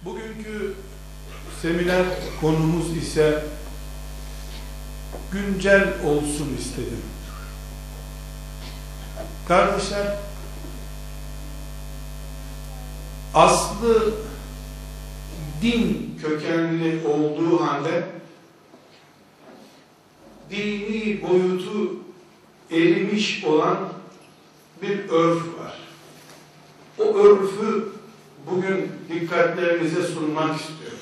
Bugünkü seminer konumuz ise güncel olsun istedim. Kardeşler, aslı din kökenli olduğu halde dini boyutu erimiş olan bir örf var. O örfü bugün dikkatlerinize sunmak istiyorum.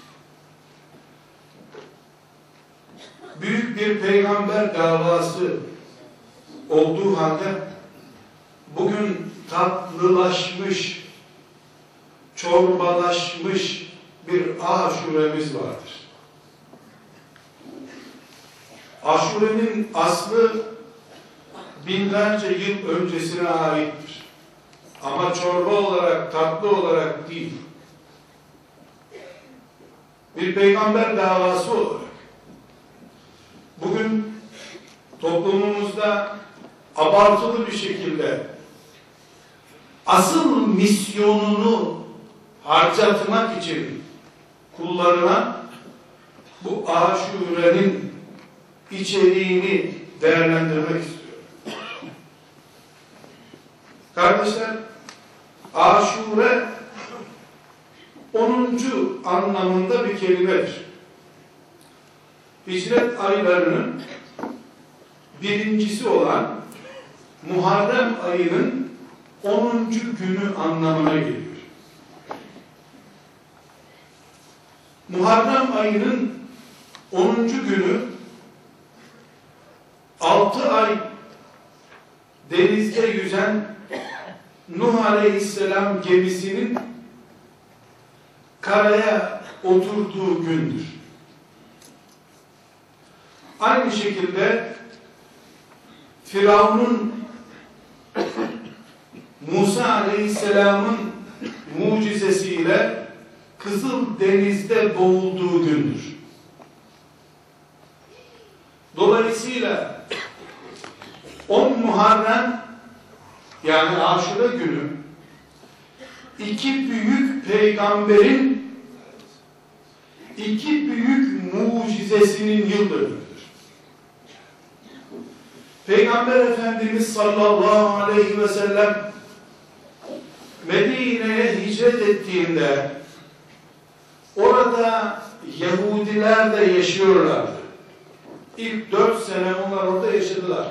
Büyük bir peygamber davası olduğu halde bugün tatlılaşmış, çorbalaşmış bir aşuremiz vardır. Aşurenin aslı binlerce yıl öncesine aittir. Ama çorba olarak, tatlı olarak değil. Bir peygamber davası olarak. Bugün toplumumuzda abartılı bir şekilde asıl misyonunu harcatmak için kullanılan bu aşurenin içeriğini değerlendirmek istiyorum. Kardeşler, aşure 10. anlamında bir kelimedir. Hicret aylarının birincisi olan Muharrem ayının 10. günü anlamına geliyor. Muharrem ayının 10. günü 6 ay denizde yüzen Nuh Aleyhisselam gemisinin karaya oturduğu gündür. Aynı şekilde Firavun'un Musa Aleyhisselam'ın mucizesiyle Kızıl Deniz'de boğulduğu gündür. Dolayısıyla 10 Muharrem yani Aşure günü iki büyük peygamberin iki büyük mucizesinin yıl dönümüdür. Peygamber Efendimiz sallallahu aleyhi ve sellem Medine'ye hicret ettiğinde orada Yahudiler de yaşıyorlardı. İlk 4 sene onlar orada yaşadılar.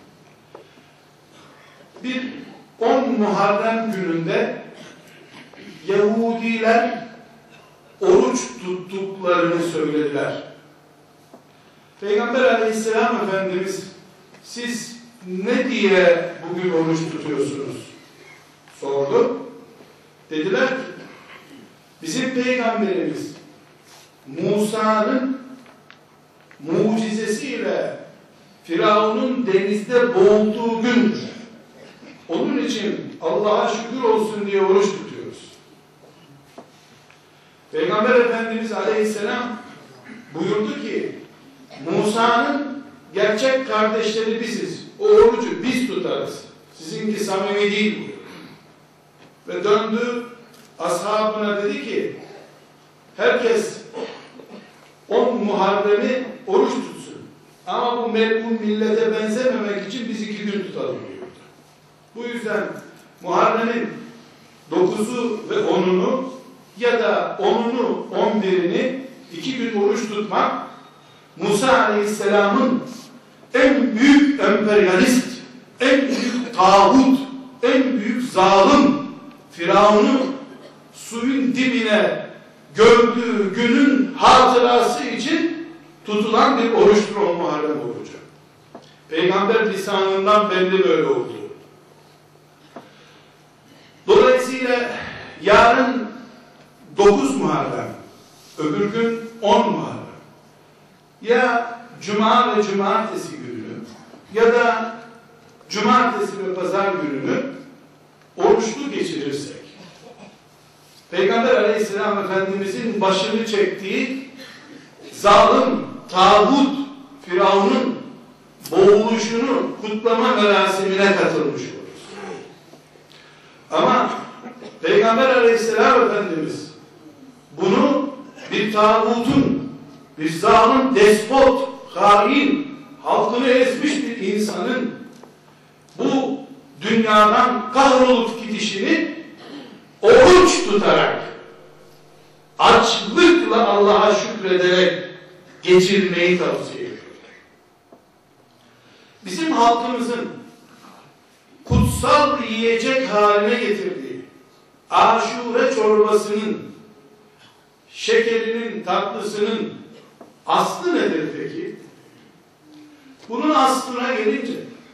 Bir 10 Muharrem gününde Yahudiler oruç tuttuklarını söylediler. Peygamber Aleyhisselam Efendimiz siz ne diye bugün oruç tutuyorsunuz? Sordu. Dediler ki bizim peygamberimiz Musa'nın mucizesiyle Firavun'un denizde boğulduğu gündür. Onun için Allah'a şükür olsun diye oruç tutuyoruz. Peygamber Efendimiz Aleyhisselam buyurdu ki Musa'nın gerçek kardeşleri biziz. O orucu biz tutarız. Sizinki samimi değil buyurdu. Ve döndü ashabına dedi ki herkes 10 Muharrem'i oruç tutsun. Ama bu melun millete benzememek için biz 2 gün tutalım buyurdu. Bu yüzden Muharrem'in 9'u ve 10'unu ya da 10'unu 11'ini 2 gün oruç tutmak Musa Aleyhisselam'ın en büyük emperyalist, en büyük tağut, en büyük zalim Firavun'u suyun dibine gördüğü günün hatırası için tutulan bir oruçtur o Muharrem orucu. Peygamber lisanından belli böyle oldu. Dolayısıyla yarın 9 Muharrem, öbür gün 10 Muharrem. Ya Cuma ve Cumartesi gününü ya da Cumartesi ve Pazar gününü oruçlu geçirirsek, Peygamber Aleyhisselam Efendimizin başını çektiği zalim, tağut, Firavun'un boğuluşunu kutlama merasimine katılmış oluruz. Ama Peygamber Aleyhisselam Efendimiz bir tağutun, bir zalim despot, hain, halkını ezmiş bir insanın bu dünyadan kahrolup gidişini oruç tutarak, açlıkla Allah'a şükrederek geçirmeyi tavsiye ediyor. Bizim halkımızın kutsal yiyecek haline getirdiği aşure çorbasının, şekerinin, tatlısının aslı nedir peki? Bunun aslına gelince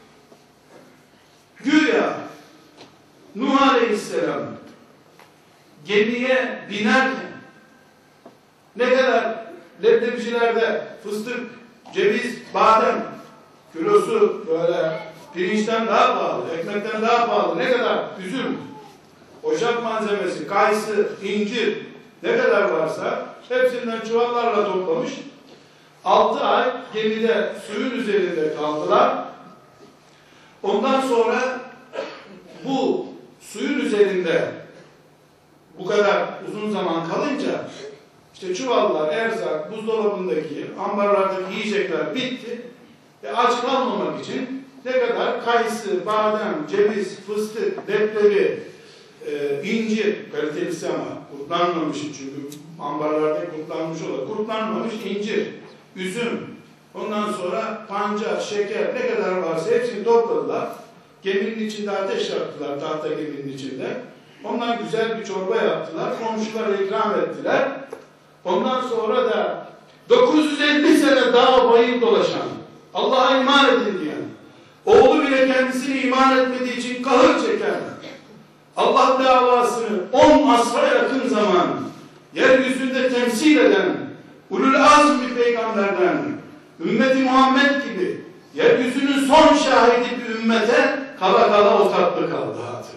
güya Nuh Aleyhisselam gemiye binerken ne kadar leblebicilerde fıstık, ceviz, badem kilosu böyle pirinçten daha pahalı, ekmekten daha pahalı, ne kadar üzüm, ocak malzemesi, kayısı, incir ne kadar varsa hepsinden çuvallarla toplamış. 6 ay gemide suyun üzerinde kaldılar. Ondan sonra bu suyun üzerinde bu kadar uzun zaman kalınca işte çuvallar, erzak, buzdolabındaki, ambarlardaki yiyecekler bitti. Aç kalmamak için ne kadar kayısı, badem, ceviz, fıstık, leblebi, incir, kalitelisi ama kurtlanmamış çünkü ambarlarda kurtlanmış olan, kurtlanmamış incir, üzüm, ondan sonra pancar, şeker ne kadar varsa hepsini topladılar. Geminin içinde ateş yaktılar, tahta geminin içinde. Ondan güzel bir çorba yaptılar, komşulara ikram ettiler. Ondan sonra da 950 sene dağ bayır dolaşan, Allah'a iman edin diyen, oğlu bile kendisine iman etmediği için kahır çeken, Allah davasını 10 asra yakın zaman yeryüzünde temsil eden ulul azm bir peygamberden, ümmeti Muhammed gibi yeryüzünün son şahidi bir ümmete kala kala o tatlı kaldı hatıra.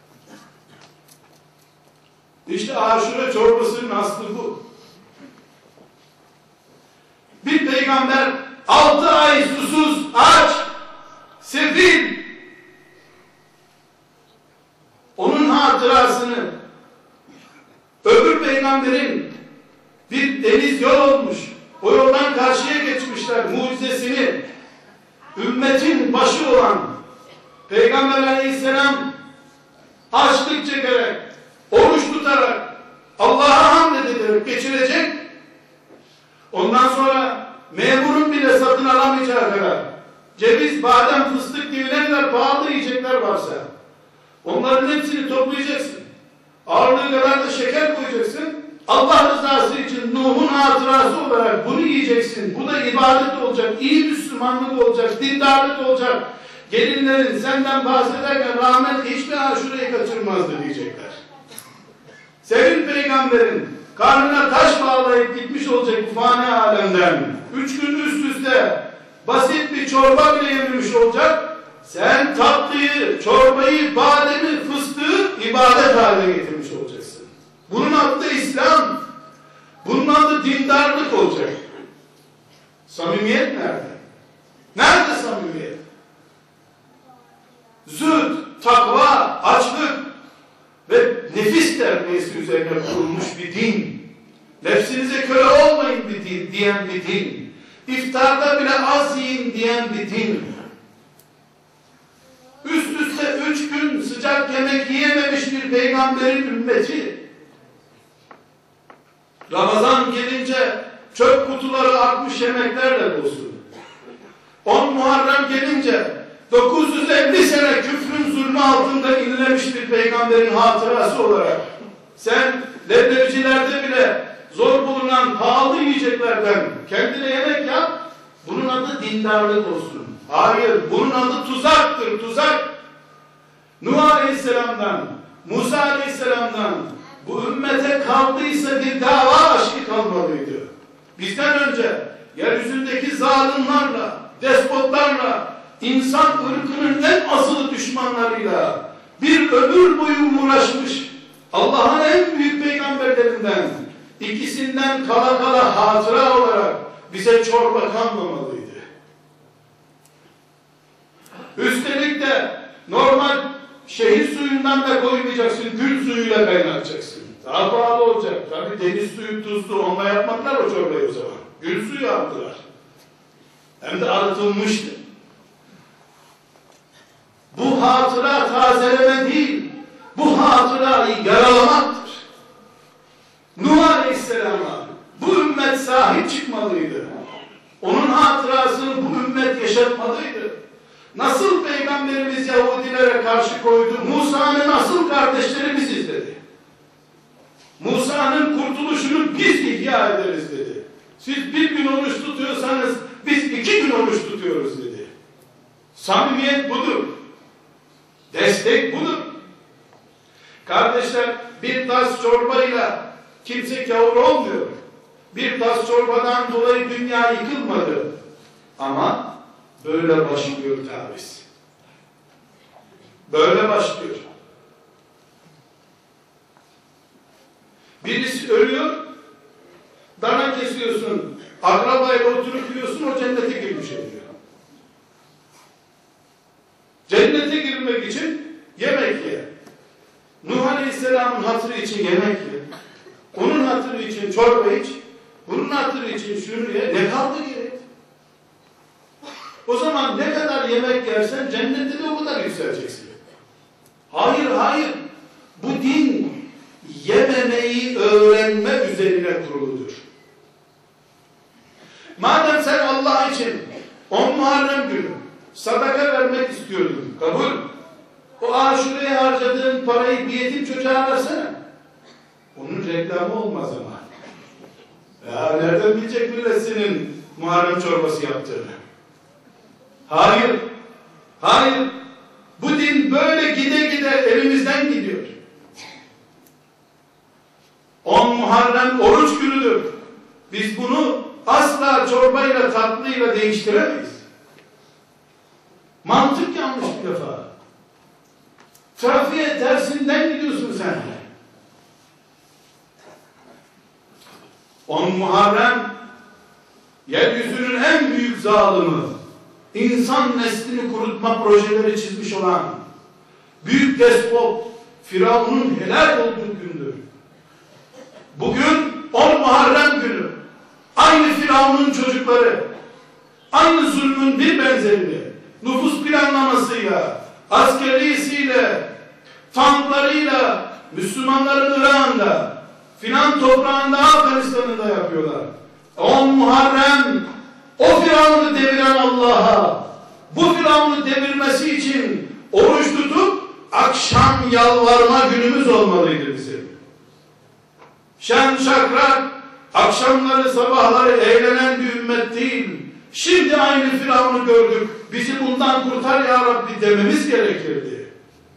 İşte aşure çorbasının aslı bu. Bir peygamber 6 ay susuz, aç, sefil, onun hatırasını öbür peygamberin bir deniz yol olmuş, o yoldan karşıya geçmişler, mucizesini ümmetin başı olan Peygamber Aleyhisselam açlık çekerek, oruç tutarak, Allah'a hamd ederek geçirecek. Ondan sonra memurun bile satın alamayacağı kadar ceviz, badem, fıstık gibi ne kadar pahalı yiyecekler varsa onların hepsini toplayacaksın. Ağırlığı kadar da şeker koyacaksın. Allah rızası için Nuh'un hatırası olarak bunu yiyeceksin. Bu da ibadet olacak, iyi Müslümanlık olacak, dindarlık olacak. Gelinlerin senden bahsederken rahmetli hiçbir aşureyi kaçırmazdı diyecekler. Senin peygamberin karnına taş bağlayıp gitmiş olacak bu fani alemden. 3 gün üst üste basit bir çorba bile yememiş olacak. Sen tatlıyı, çorbayı, bademi, fıstığı ibadet haline getirmiş olacaksın. Bunun adı da İslam. Bunun adı dindarlık olacak. Samimiyet nerede? Nerede samimiyet? Zühd, takva, açlık ve nefis terbiyesi üzerine kurulmuş bir din. Nefsinize köle olmayın bir din, diyen bir din. İftarda bile az yiyin diyen bir din. Üst üste 3 gün sıcak yemek yiyememiş bir peygamberin ümmeti. Ramazan gelince çöp kutuları artmış yemeklerle dolsun. 10 Muharrem gelince 950 sene küfrün zulmü altında inlemiş bir peygamberin hatırası olarak sen leblebicilerde bile zor bulunan pahalı yiyeceklerden kendine yemek yap, bunun adı dindarlık olsun. Hayır, bunun adı tuzaktır, tuzak. Nuh Aleyhisselam'dan, Musa Aleyhisselam'dan bu ümmete kaldıysa bir dava aşkı kalmalıydı. Bizden önce yeryüzündeki zalimlerle, despotlarla, insan ırkının en asılı düşmanlarıyla bir ömür boyu uğraşmış Allah'ın en büyük peygamberlerinden ikisinden kala kala hatıra olarak bize çorba kalmamalıydı. Üstelik de normal şehir suyundan da koymayacaksın, gül suyuyla kaynatacaksın. Daha pahalı olacak. Tabii deniz suyu tuzlu, onunla yapmadılar o çorbayı o zaman. Gül suyu aldılar. Hem de arıtılmıştı. Bu hatıra tazeleme değil, bu hatırayı yaralamaktır. Nuh Aleyhisselam'a bu ümmet sahip çıkmalıydı. Onun hatırasını bu ümmet yaşatmalıydı. Nasıl Peygamberimiz Yahudilere karşı koydu, Musa'nın asıl kardeşleri biziz dedi. Musa'nın kurtuluşunu biz ihya ederiz dedi. Siz bir gün oruç tutuyorsanız biz 2 gün oruç tutuyoruz dedi. Samimiyet budur. Destek budur. Kardeşler, bir tas çorbayla kimse kâr olmuyor. Bir tas çorbadan dolayı dünya yıkılmadı. Ama böyle başlıyor taviz. Böyle başlıyor. Birisi ölüyor, dana kesiyorsun, akrabayla oturup yiyorsun, o cennete girmiş oluyor. Cennete girmek için yemek ye. Nuh Aleyhisselam'ın hatırı için yemek ye. Onun hatırı için çorba iç. Bunun hatırı için şunu ye. Ne kaldı gerek? O zaman ne kadar yemek yersen cennette de o kadar yükseleceksin. Hayır, hayır. Bu din yememeyi öğrenme üzerine kuruludur. Madem sen Allah için 10 Muharrem günü sadaka vermek istiyordun, kabul. O Aşure'ye harcadığın parayı bir yetim çocuğa versene. Onun reklamı olmaz ama. Ya nereden bilecek millet senin Muharrem çorbası yaptığını? Hayır. Hayır. Bu din böyle gide gide elimizden gidiyor. 10 Muharrem oruç günüdür. Biz bunu asla çorbayla tatlıyla değiştiremeyiz. Mantık yanlış bir defa. Trafiğe tersinden gidiyorsun sen. 10 Muharrem yeryüzünün en büyük zalimi, insan neslini kurutma projeleri çizmiş olan büyük despot Firavun'un helal olduğu gündür. Bugün 10 Muharrem günü aynı Firavun'un çocukları aynı zulmün bir benzerini nüfus planlamasıyla, askeriyesiyle, tanklarıyla Müslümanların Irak'ında, filan toprağında, Afganistan'da yapıyorlar. 10 Muharrem o Firavun'u deviren Allah'a, bu Firavun'u devirmesi için oruç tutup akşam yalvarma günümüz olmalıydı bizim. Şen şakrak, akşamları sabahları eğlenen bir ümmet değil. Şimdi aynı Firavun'u gördük. Bizi bundan kurtar ya Rabbi dememiz gerekirdi.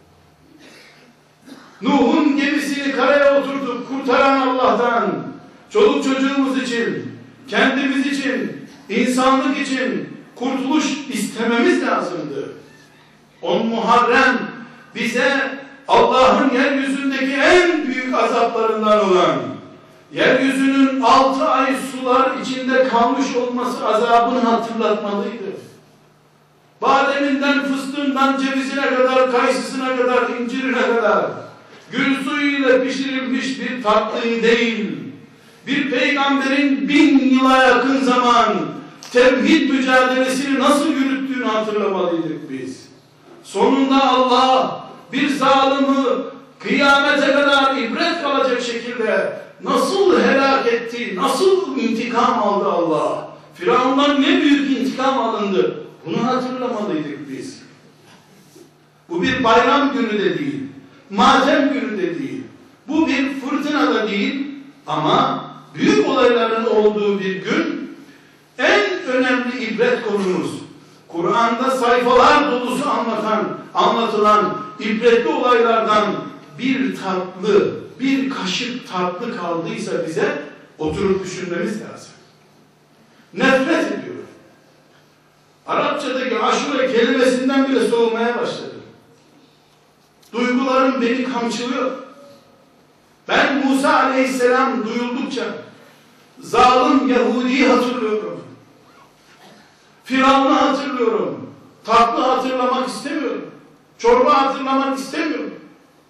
Nuh'un gemisini karaya oturtup kurtaran Allah'tan, çoluk çocuğumuz için, kendimiz için, insanlık için kurtuluş istememiz lazımdı. 10 Muharrem bize Allah'ın yeryüzündeki en büyük azaplarından olan, yeryüzünün 6 ay sular içinde kalmış olması azabını hatırlatmalıydı. Bademinden, fıstığından, cevizine kadar, kayısısına kadar, incirine kadar, gül suyuyla pişirilmiş bir tatlıyı değil, bir peygamberin 1000 yıla yakın zaman tevhid mücadelesini nasıl yürüttüğünü hatırlamalıydık biz. Sonunda Allah bir zalimi kıyamete kadar ibret kalacak şekilde nasıl helak etti, nasıl intikam aldı Allah. Firavundan ne büyük intikam alındı. Bunu hatırlamalıydık biz. Bu bir bayram günü de değil, matem günü de değil. Bu bir fırtına da değil ama büyük olayların olduğu bir gün. En önemli ibret konumuz, Kur'an'da sayfalar dolusu anlatılan ibretli olaylardan bir tatlı, bir kaşık tatlı kaldıysa bize oturup düşünmemiz lazım. Nefret ediyorum. Arapçadaki aşure kelimesinden bile soğumaya başladım. Duygularım beni kamçılıyor. Ben Musa Aleyhisselam duyuldukça zalim Yahudi'yi hatırlıyorum. Firavun'u hatırlıyorum. Tatlı hatırlamak istemiyorum. Çorba hatırlamak istemiyorum.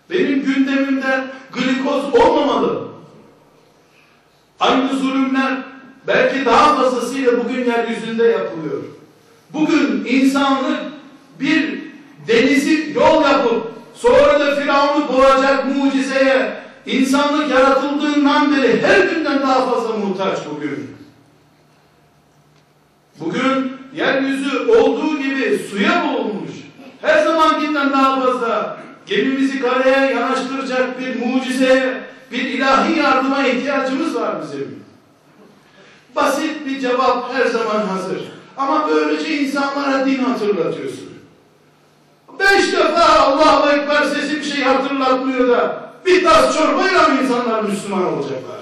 Benim gündemimde glikoz olmamalı. Aynı zulümler belki daha fazlasıyla bugün yeryüzünde yapılıyor. Bugün insanlık bir denizi yol yapıp sonra da Firavun'u boğacak mucizeye insanlık yaratıldığından beri her günden daha fazla muhtaç bugün. Bugün yeryüzü olduğu gibi suya boğulmuş. Her zamankinden daha fazla gemimizi karaya yanaştıracak bir mucizeye, bir ilahi yardıma ihtiyacımız var bizim. Basit bir cevap her zaman hazır. Ama böylece insanlara din hatırlatıyorsun. 5 defa Allahu Ekber sesi bir şey hatırlatmıyor da bir tas çorbayla mı insanlar Müslüman olacaklar?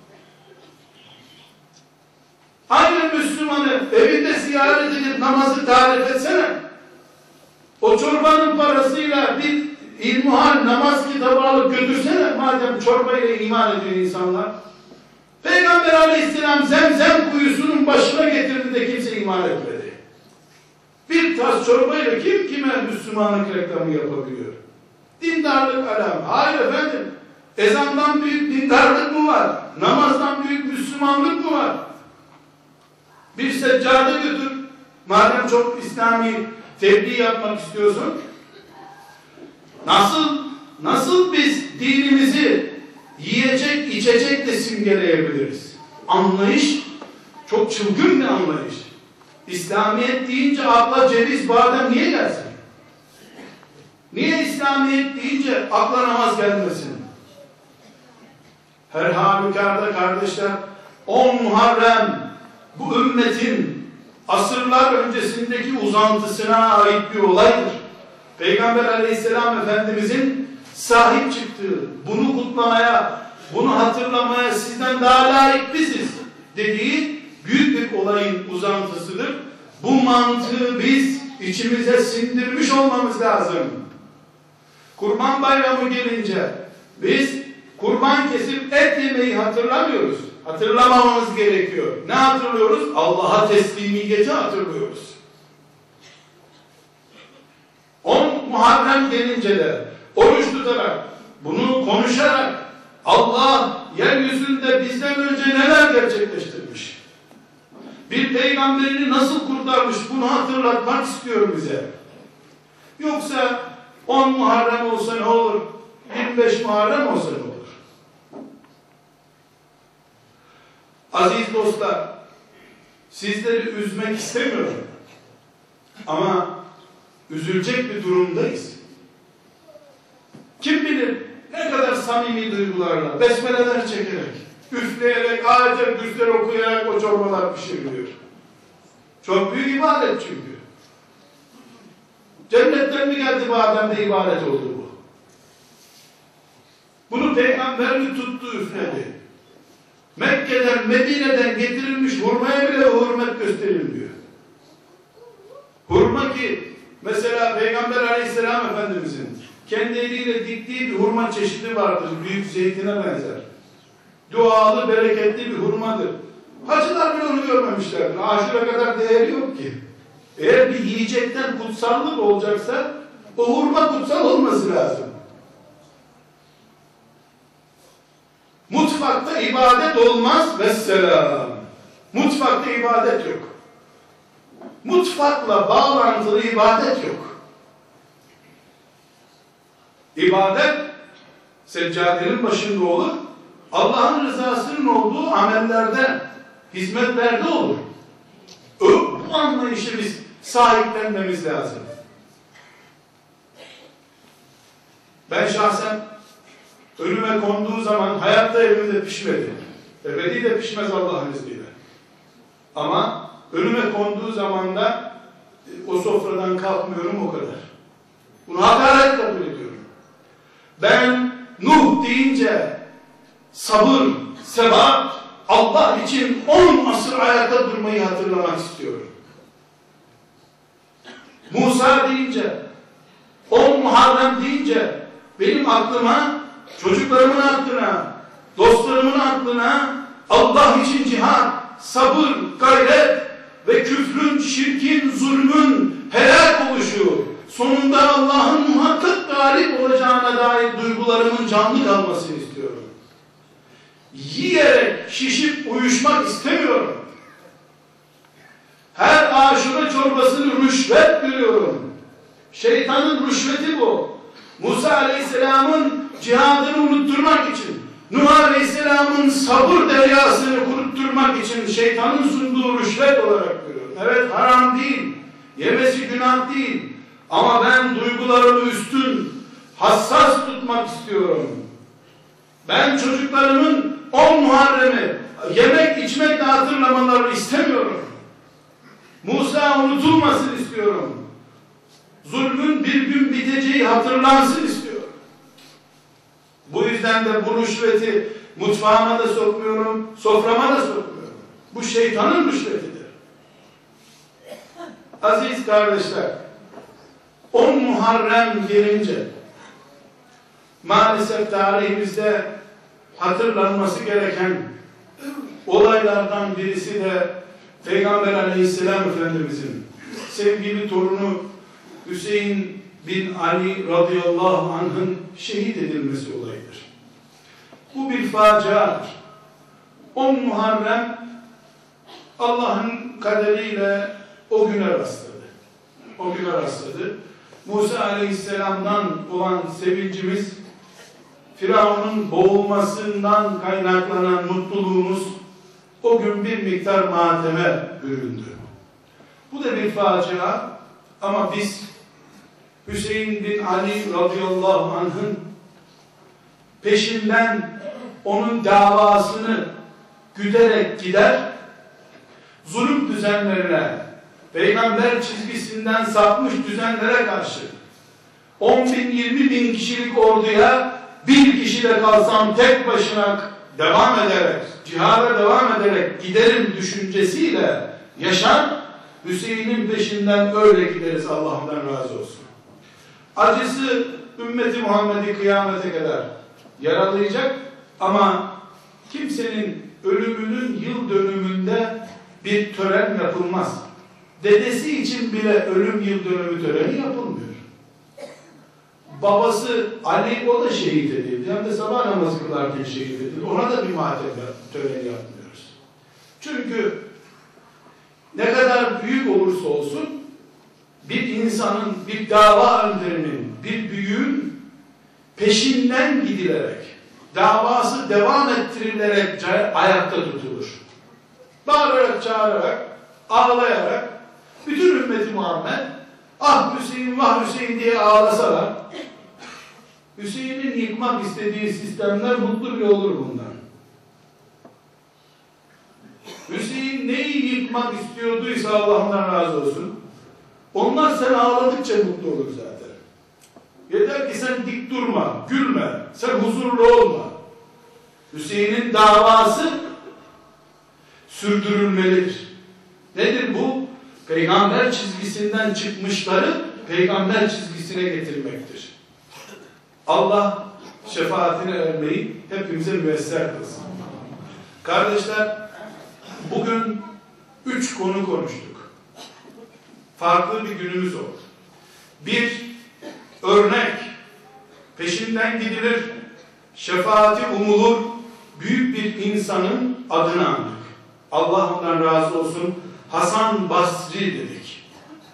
Aynı Müslümanı evinde ziyaret edip namazı tarif etsene. O çorbanın parasıyla bir ilmuhal namaz kitabı alıp götürsene, madem çorbayla iman ediyor insanlar. Peygamber Aleyhisselam Zemzem kuyusunun başına getirdi de kimse iman etmedi. Bir tas çorbayla kim kime Müslümanlık reklamı yapabiliyor? Dindarlık alamı. Hayır efendim. Ezandan büyük dindarlık mı var? Namazdan büyük Müslümanlık mı var? Bir seccade götür. Madem çok İslami tebliğ yapmak istiyorsun. Nasıl biz dinimizi yiyecek, içecek de simgeleyebiliriz? Anlayış çok çılgın bir anlayış. İslamiyet deyince akla ceviz, badem niye gelsin? Niye İslamiyet deyince akla namaz gelmesin? Her halükarda kardeşler, 10 Muharrem bu ümmetin asırlar öncesindeki uzantısına ait bir olaydır. Peygamber Aleyhisselam Efendimizin sahip çıktığı, bunu kutlamaya, bunu hatırlamaya sizden daha layık biziz dediği büyük bir olayın uzantısıdır. Bu mantığı biz içimize sindirmiş olmamız lazım. Kurban Bayramı gelince biz kurban kesip et yemeyi hatırlamıyoruz. Hatırlamamamız gerekiyor. Ne hatırlıyoruz? Allah'a teslimiyeti hatırlıyoruz. 10 Muharrem gelince de oruç tutarak, bunu konuşarak Allah yeryüzünde bizden önce neler gerçekleştirmiş? Bir peygamberini nasıl kurtarmış? Bunu hatırlatmak istiyor bize. Yoksa 10 Muharrem olsa ne olur? 25 Muharrem olsa ne olur? Aziz dostlar, sizleri üzmek istemiyorum. Ama üzülecek bir durumdayız. Kim bilir ne kadar samimi duygularla, besmeleler çekerek, üfleyerek, ayet-el kürsüler okuyarak o çorbalar pişiriliyor. Çok büyük ibadet çünkü. Cennetten mi geldi bu Adem'de ibadet oldu bu? Bunu peygamber mi tuttu, üfledi? Mekke'den, Medine'den getirilmiş hurmaya bile hürmet gösterilmiyor. Hurma ki mesela Peygamber Aleyhisselam Efendimizin kendi eliyle diktiği bir hurma çeşidi vardır. Büyük zeytine benzer. Dualı, bereketli bir hurmadır. Hacılar bile onu görmemişlerdir. Aşure kadar değeri yok ki. Eğer bir yiyecekten kutsallık olacaksa o hurma kutsal olması lazım. Mutfakta ibadet olmaz vesselam. Mutfakta ibadet yok. Mutfakla bağlantılı ibadet yok. İbadet seccadenin başında olur. Allah'ın rızasının olduğu amellerde, hizmetlerde olur. Bu anlayışı biz sahiplenmemiz lazım. Ben şahsen önüme konduğu zaman hayatta evimde pişmedi. Ebedi de pişmez Allah'ın izniyle. Ama önüme konduğu zaman da o sofradan kalkmıyorum o kadar. Bunu hakaret kabul ediyorum. Ben Nuh deyince sabır, sebat, Allah için 10 asır ayakta durmayı hatırlamak istiyorum. Musa deyince, 10 Muharrem deyince benim aklıma, çocuklarımın aklına, dostlarımın aklına Allah için cihat, sabır, gayret ve küfrün, şirkin, zulmün helak oluşu, sonunda Allah'ın muhakkak galip olacağına dair duygularımın canlı kalmasını istiyorum. Yiyerek şişip uyuşmak istemiyorum. Her Aşure çorbasını rüşvet görüyorum. Şeytanın rüşveti bu. Musa Aleyhisselam'ın cihadını unutturmak için, Nuh Aleyhisselam'ın sabır deryasını kurutturmak için şeytanın sunduğu rüşvet olarak görüyorum. Evet, haram değil, yemesi günah değil. Ama ben duygularımı üstün, hassas tutmak istiyorum. Ben çocuklarımın 10 Muharrem'i yemek içmekle hatırlamalarını istemiyorum. Musa unutulmasın istiyorum. Zulmün bir gün biteceği hatırlansın istiyorum. Bu yüzden de bu rüşveti mutfağıma da sokmuyorum, soframa da sokmuyorum. Bu şeytanın rüşvetidir. Aziz kardeşler, 10 Muharrem gelince maalesef tarihimizde hatırlanması gereken olaylardan birisi de Peygamber Aleyhisselam Efendimizin sevgili torunu Hüseyin bin Ali radıyallahu anh'ın şehit edilmesi olayıdır. Bu bir faciadır. 10 Muharrem Allah'ın kaderiyle o güne rastladı. O güne rastladı. Musa Aleyhisselam'dan olan sevincimiz, Firavun'un boğulmasından kaynaklanan mutluluğumuz o gün bir miktar mateme büründü. Bu da bir facia ama biz Hüseyin bin Ali radıyallahu anh'ın peşinden onun davasını güderek gider, zulüm düzenlerine, peygamber çizgisinden sapmış düzenlere karşı 10 bin, 20 bin kişilik orduya bir kişiyle kalsam tek başına devam ederek, cihada devam ederek giderim düşüncesiyle yaşar, Hüseyin'in peşinden öyle gideriz, Allah'tan razı olsun. Acısı ümmeti Muhammed'i kıyamete kadar yaralayacak ama kimsenin ölümünün yıl dönümünde bir tören yapılmaz. Dedesi için bile ölüm yıl dönümü töreni yapılmıyor. Babası Ali, o da şehit edildi. Hem de sabah namazı kılarken şehit edildi. Ona da bir matem töreni yapmıyoruz. Çünkü ne kadar büyük olursa olsun bir insanın, bir dava önderinin, bir büyüğün peşinden gidilerek, davası devam ettirilerek ayakta tutulur. Bağırarak, çağırarak, ağlayarak bütün ümmeti Muhammed ah Hüseyin, vah Hüseyin diye ağlasalar, Hüseyin'in yıkmak istediği sistemler mutlu bile olur bundan. Hüseyin neyi yıkmak istiyorduysa Allah'tan razı olsun, onlar sen ağladıkça mutlu olur zaten. Yeter ki sen dik durma, gülme, sen huzurlu olma. Hüseyin'in davası sürdürülmelidir. Nedir bu? Peygamber çizgisinden çıkmışları peygamber çizgisine getirmektir. Allah şefaatine ermeyi hepimize müyesser kılsın. Kardeşler, bugün 3 konu konuştuk. Farklı bir günümüz oldu. Bir, örnek, peşinden gidilir, şefaati umulur, büyük bir insanın adını andık. Allah ondan razı olsun. Hasan Basri dedik.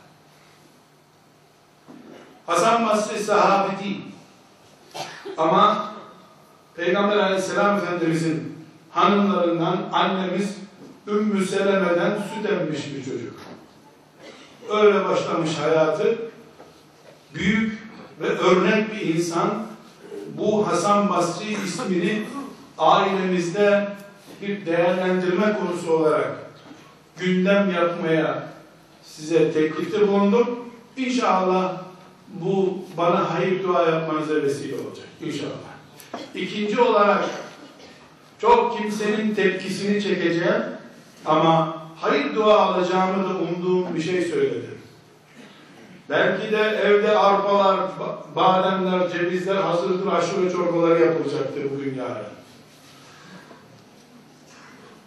Hasan Basri sahabi değil. Ama Peygamber Aleyhisselam Efendimizin hanımlarından annemiz Ümmü Seleme'den süt emmiş bir çocuk. Öyle başlamış hayatı. Büyük ve örnek bir insan. Bu Hasan Basri ismini ailemizde bir değerlendirme konusu olarak gündem yapmaya size teklifte bulundum. İnşallah bu bana hayır dua yapmanıza vesile olacak. İnşallah. İkinci olarak çok kimsenin tepkisini çekeceğim ama hayır dua alacağımı da umduğum bir şey söyledim. Belki de evde arpalar, bademler, cevizler hazırdır, aşure çorbaları yapılacaktır bugün yarın.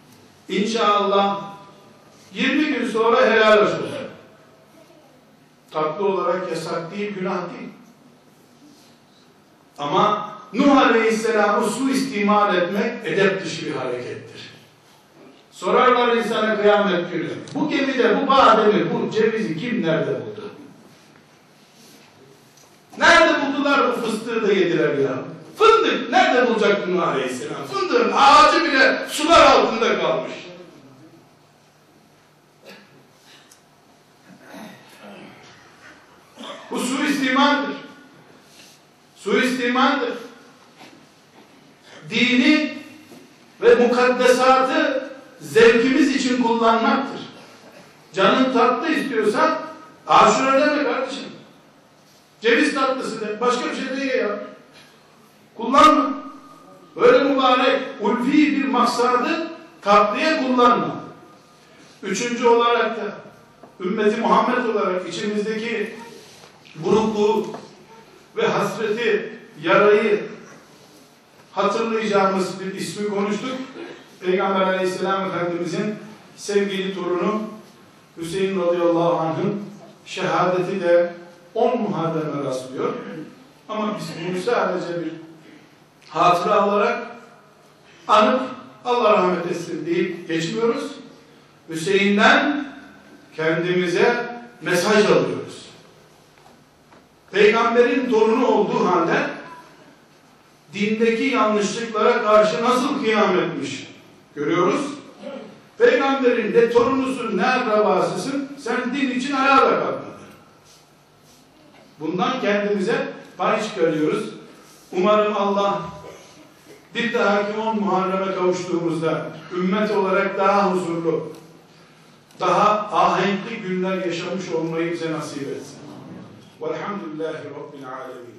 İnşallah 20 gün sonra helal olsun. Tatlı olarak yasak değil, günah değil. Ama Nuh Aleyhisselam'ı suistimal etmek edep dışı bir harekettir. Sorarlar insana kıyamet günü. Bu gemide bu bademi, bu cevizi kim nerede buldu? Nerede buldular bu fıstığı da yediler ya? Fındık nerede bulacak Nuh Aleyhisselam? Fındığın ağacı bile sular altında kalmış. Bu suistimaldir. Suistimaldir. Dini ve mukaddesatı zevkimiz için kullanmaktır. Canın tatlı istiyorsan aşure deme kardeşim. Ceviz tatlısı de. Başka bir şey de ye ya. Kullanma. Böyle mübarek, ulvi bir maksadı tatlıya kullanma. Üçüncü olarak da ümmeti Muhammed olarak içimizdeki burukluğu ve hasreti, yarayı hatırlayacağımız bir ismi konuştuk. Peygamber Aleyhisselam Efendimizin sevgili torunu Hüseyin radıyallahu anh'ın şehadeti de 10 Muharrem'e rastlıyor. Ama biz bunu sadece bir hatıra olarak anıp Allah rahmet etsin deyip geçmiyoruz. Hüseyin'den kendimize mesaj alıyoruz. Peygamberin torunu olduğu halde dindeki yanlışlıklara karşı nasıl kıyam etmiş görüyoruz. Peygamberin ne torunusun ne akrabasısın, sen din için ayağa da kalkmadın. Bundan kendimize pay çıkarıyoruz. Umarım Allah bir dahaki 10 Muharrem'e kavuştuğumuzda ümmet olarak daha huzurlu, daha ahenkli günler yaşamış olmayı bize nasip etsin. Velhamdülillahi Rabbil alemin.